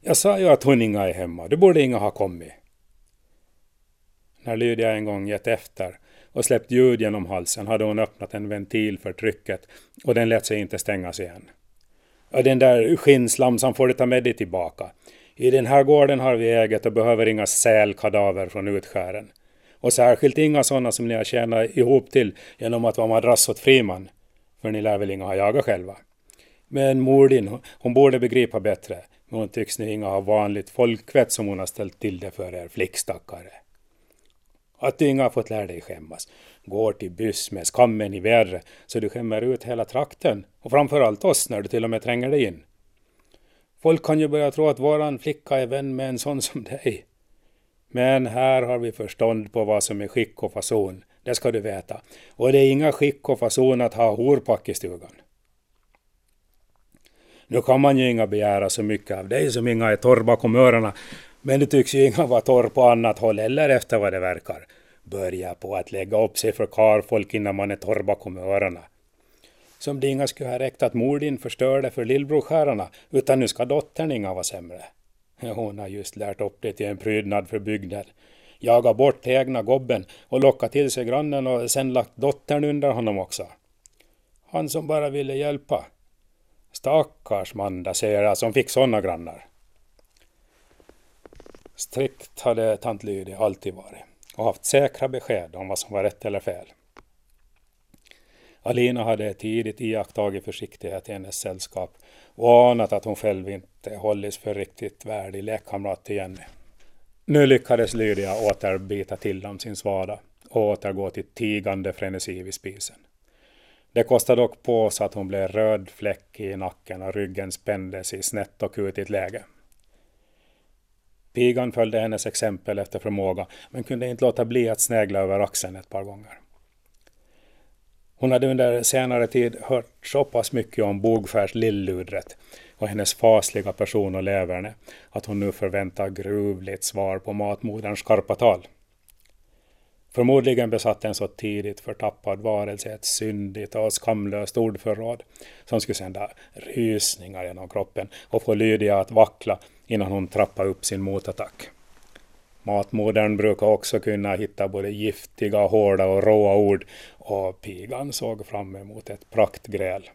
Jag sa ju att hon inga är hemma, du borde inga ha kommit. När Lydia en gång gett efter och släppt ljud genom halsen hade hon öppnat en ventil för trycket och den lät sig inte stängas igen. Och den där skinnslamsan får du ta med dig tillbaka. I den här gården har vi äget och behöver inga sälkadaver från utskären. Och särskilt inga sådana som ni har tjänat ihop till genom att vara madrass åt friman. För ni lär väl inga ha jagat själva. Men mor din, hon borde begripa bättre. Men hon tycks ni inga ha vanligt folkvett som hon har ställt till det för er flickstackare. Att du inga har fått lära dig skämmas. Går till byss med skammen i vädret så du skämmer ut hela trakten. Och framförallt oss när du till och med tränger dig in. Folk kan ju börja tro att våran flicka är vän med en sån som dig. Men här har vi förstånd på vad som är skick och fason. Det ska du veta. Och det är inga skick och fason att ha horpack i stugan. Nu kan man ju inga begära så mycket av dig som inga är torr bakom öronen. Men det tycks ju inga vara torr på annat håll eller efter vad det verkar. Börja på att lägga upp sig för karfolk innan man är torr bakom öronen. Som det inga skulle ha räckt att mor din förstörde för lillbrorskärarna, utan nu ska dottern inga vara sämre. Hon har just lärt upp det till en prydnad för bygden. Jaga bort egna gobben och locka till sig grannen och sen lagt dottern under honom också. Han som bara ville hjälpa. Stackars Manda, säger jag, som fick sådana grannar. Strikt hade tant Lydia alltid varit och haft säkra besked om vad som var rätt eller fel. Alina hade tidigt iakttagit försiktighet i hennes sällskap och anat att hon själv inte hållits för riktigt värdig lekkamrat till Jenny. Nu lyckades Lydia återbita till om sin svada och återgå till tigande frenesi vid spisen. Det kostade dock på så att hon blev röd fläck i nacken och ryggen spändes i snett och kutigt läge. Pigan följde hennes exempel efter förmåga men kunde inte låta bli att snägla över axeln ett par gånger. Hon hade under senare tid hört så pass mycket om Bogfärs lilludret och hennes fasliga person och leverne att hon nu förväntar gruvligt svar på matmoderns skarpa tal. Förmodligen besatt en så tidigt förtappad varelse ett syndigt och skamlöst ordförråd som skulle sända rysningar genom kroppen och få Lydia att vackla innan hon trappade upp sin motattack. Matmodern brukar också kunna hitta både giftiga, hårda och råa ord och pigan såg fram emot ett praktgräl.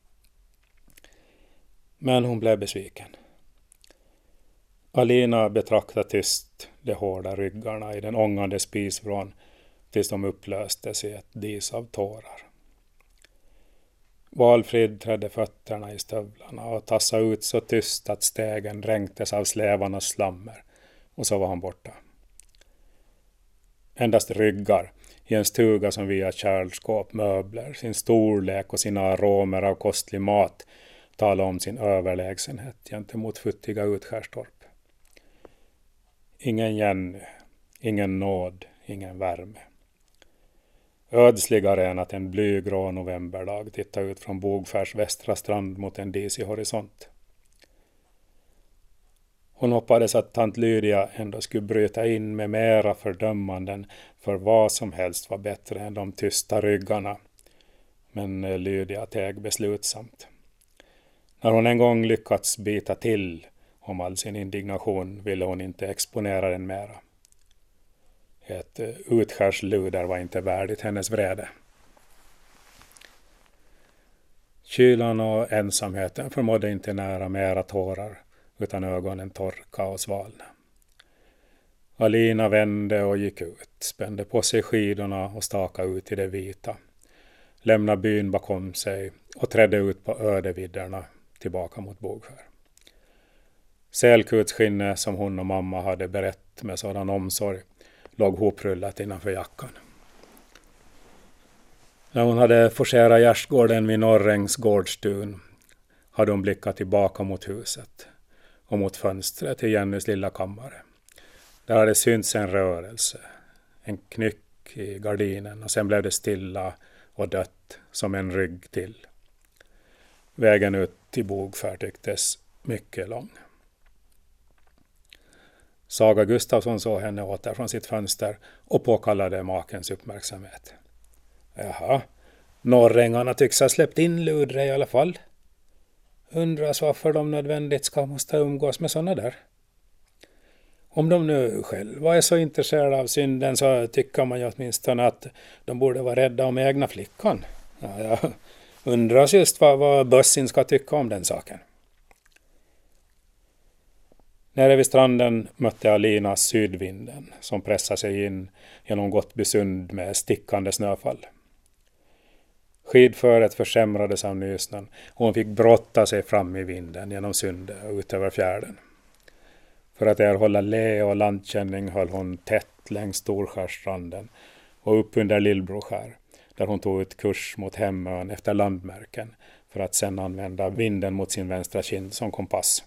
Men hon blev besviken. Alina betraktade tyst de hårda ryggarna i den ångande spisvrån tills de upplöstes i ett dis av tårar. Valfrid trädde fötterna i stövlarna och tassade ut så tyst att stegen dränktes av slävarnas slammer och så var han borta. Endast ryggar i en stuga som via kärlskåp, möbler, sin storlek och sina aromer av kostlig mat talar om sin överlägsenhet gentemot futtiga utskärstorp. Ingen Jenny, ingen nåd, ingen värme. Ödsligare än att en blygrå novemberdag tittar ut från Bogfärs västra strand mot en disig horisont. Hon hoppades att tant Lydia ändå skulle bryta in med mera fördömanden för vad som helst var bättre än de tysta ryggarna. Men Lydia teg beslutsamt. När hon en gång lyckats bita till om all sin indignation ville hon inte exponera den mera. Ett utskärsluder var inte värdigt hennes vrede. Kylan och ensamheten förmådde inte nära mera tårar utan ögonen torka och svalna. Alina vände och gick ut, spände på sig skidorna och stakade ut i det vita. Lämnade byn bakom sig och trädde ut på ödevidderna tillbaka mot Bogskär. Sälkutskinne som hon och mamma hade berett med sådan omsorg låg hoprullat innanför jackan. När hon hade forcerat gärdsgården vid Norrängs gårdstun hade hon blickat tillbaka mot huset och mot fönstret till Jennys lilla kammare. Där hade synts en rörelse, en knyck i gardinen och sen blev det stilla och dött som en rygg till. Vägen ut till Bogfär tycktes mycket lång. Saga Gustafsson såg henne åter från sitt fönster och påkallade makens uppmärksamhet. Jaha, norrängarna tycks ha släppt in Ludre i alla fall. Undras varför de nödvändigt ska måste umgås med sådana där. Om de nu själva är så intresserade av synden så tycker man ju åtminstone att de borde vara rädda om egna flickan. Ja, jag undras just vad Bussin ska tycka om den saken. Nere vid stranden mötte Alina sydvinden som pressade sig in genom Gottbysund med stickande snöfall. Skidföret försämrades av nysnön och hon fick brotta sig fram i vinden genom sundet och ut över fjärden. För att erhålla le och landkänning höll hon tätt längs Storskärstranden och upp under Lillbroskär, där hon tog ut kurs mot Hemön efter landmärken för att sedan använda vinden mot sin vänstra kind som kompass.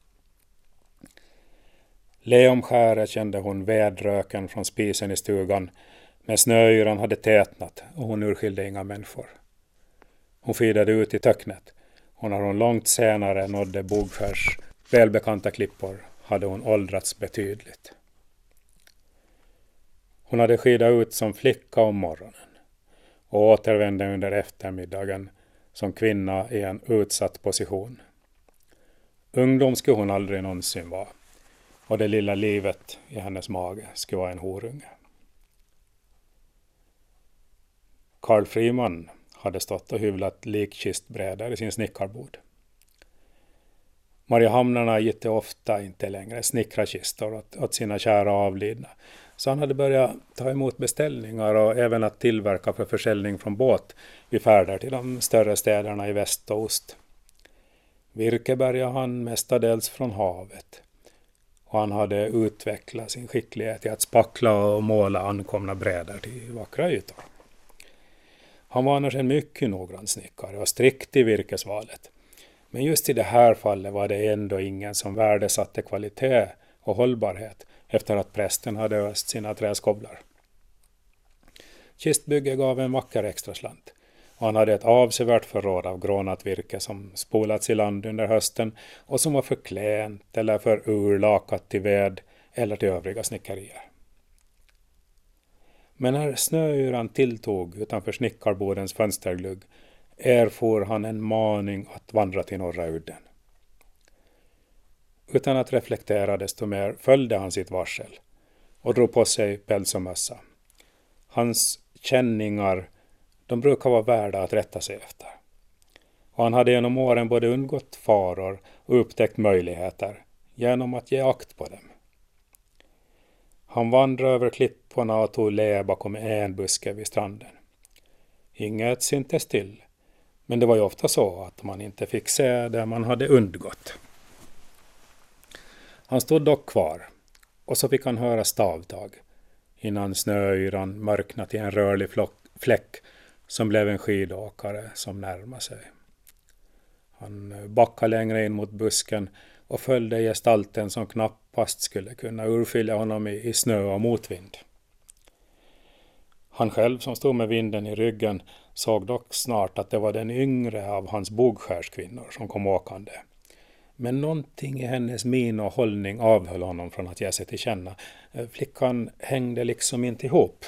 Le om skäret kände hon vedröken från spisen i stugan, men snöyran hade tätnat och hon urskilde inga människor. Hon fidade ut i töcknet och när hon långt senare nådde Bogskärs välbekanta klippor hade hon åldrats betydligt. Hon hade skidat ut som flicka om morgonen och återvände under eftermiddagen som kvinna i en utsatt position. Ungdom skulle hon aldrig någonsin vara och det lilla livet i hennes mage skulle vara en horunge. Karl Friman hade stått och hyvlat likkistbrädor i sin snickarbod. Mariehamnarna gick ofta inte längre snickrarkistor åt sina kära avlidna, så han hade börjat ta emot beställningar och även att tillverka för försäljning från båt vid färder till de större städerna i väst och ost. Virke bärgade han mestadels från havet och han hade utvecklat sin skicklighet i att spackla och måla ankomna brädor till vackra ytor. Han var annars en mycket noggrann snickare och strikt i virkesvalet. Men just i det här fallet var det ändå ingen som värdesatte kvalitet och hållbarhet efter att prästen hade öst sina träskovlar. Kistbygge gav en vacker extra slant och han hade ett avsevärt förråd av grånat virke som spolats i land under hösten och som var för klänt eller för urlakat till ved eller till övriga snickerier. Men när snöyran tilltog utanför snickarbodens fönsterglugg erfor han en maning att vandra till norra udden. Utan att reflektera desto mer följde han sitt varsel och drog på sig päls och mössa. Hans känningar, de brukar vara värda att rätta sig efter. Och han hade genom åren både undgått faror och upptäckt möjligheter genom att ge akt på dem. Han vandrade över klipporna och tog le bakom en buske vid stranden. Inget syntes till, men det var ju ofta så att man inte fick se det man hade undgått. Han stod dock kvar och så fick han höra stavtag innan snöyran mörknade till en rörlig fläck som blev en skidåkare som närmade sig. Han backade längre in mot busken och följde gestalten som knappast skulle kunna urskilja honom i snö och motvind. Han själv som stod med vinden i ryggen såg dock snart att det var den yngre av hans Bogskärskvinnor som kom åkande. Men någonting i hennes min och hållning avhöll honom från att ge sig till känna. Flickan hängde liksom inte ihop.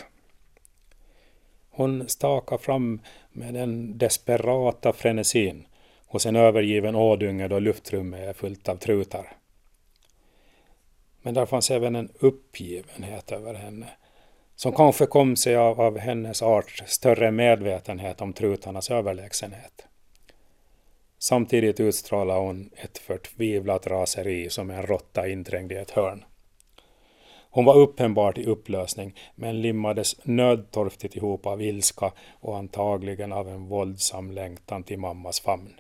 Hon stakade fram med den desperata frenesin hos en övergiven ådunge då luftrummet är fullt av trutar. Men där fanns även en uppgivenhet över henne, som kanske kom sig av hennes arts större medvetenhet om trutarnas överlägsenhet. Samtidigt utstrålade hon ett förtvivlat raseri som en råtta inträngd i ett hörn. Hon var uppenbart i upplösning men limmades nödtorftigt ihop av ilska och antagligen av en våldsam längtan till mammas famn.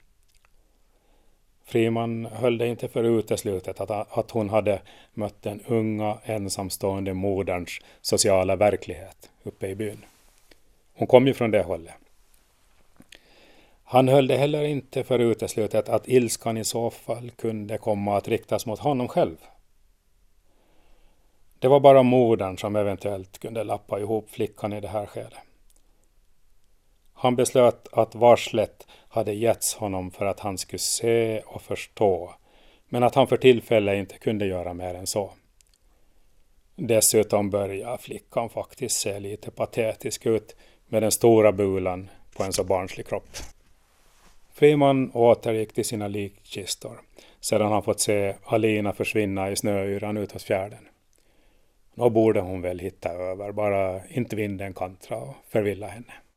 Friman höll det inte för uteslutet att hon hade mött den unga ensamstående moderns sociala verklighet uppe i byn. Hon kom ju från det hållet. Han höll det heller inte för uteslutet att ilskan i så fall kunde komma att riktas mot honom själv. Det var bara modern som eventuellt kunde lappa ihop flickan i det här skedet. Han beslöt att varslet hade getts honom för att han skulle se och förstå, men att han för tillfället inte kunde göra mer än så. Dessutom började flickan faktiskt se lite patetisk ut med den stora bulan på en så barnslig kropp. Friman återgick till sina likkistor sedan han fått se Alina försvinna i snöyran ut hos fjärden. Nå borde hon väl hitta över, bara inte vinden kantra och förvilla henne.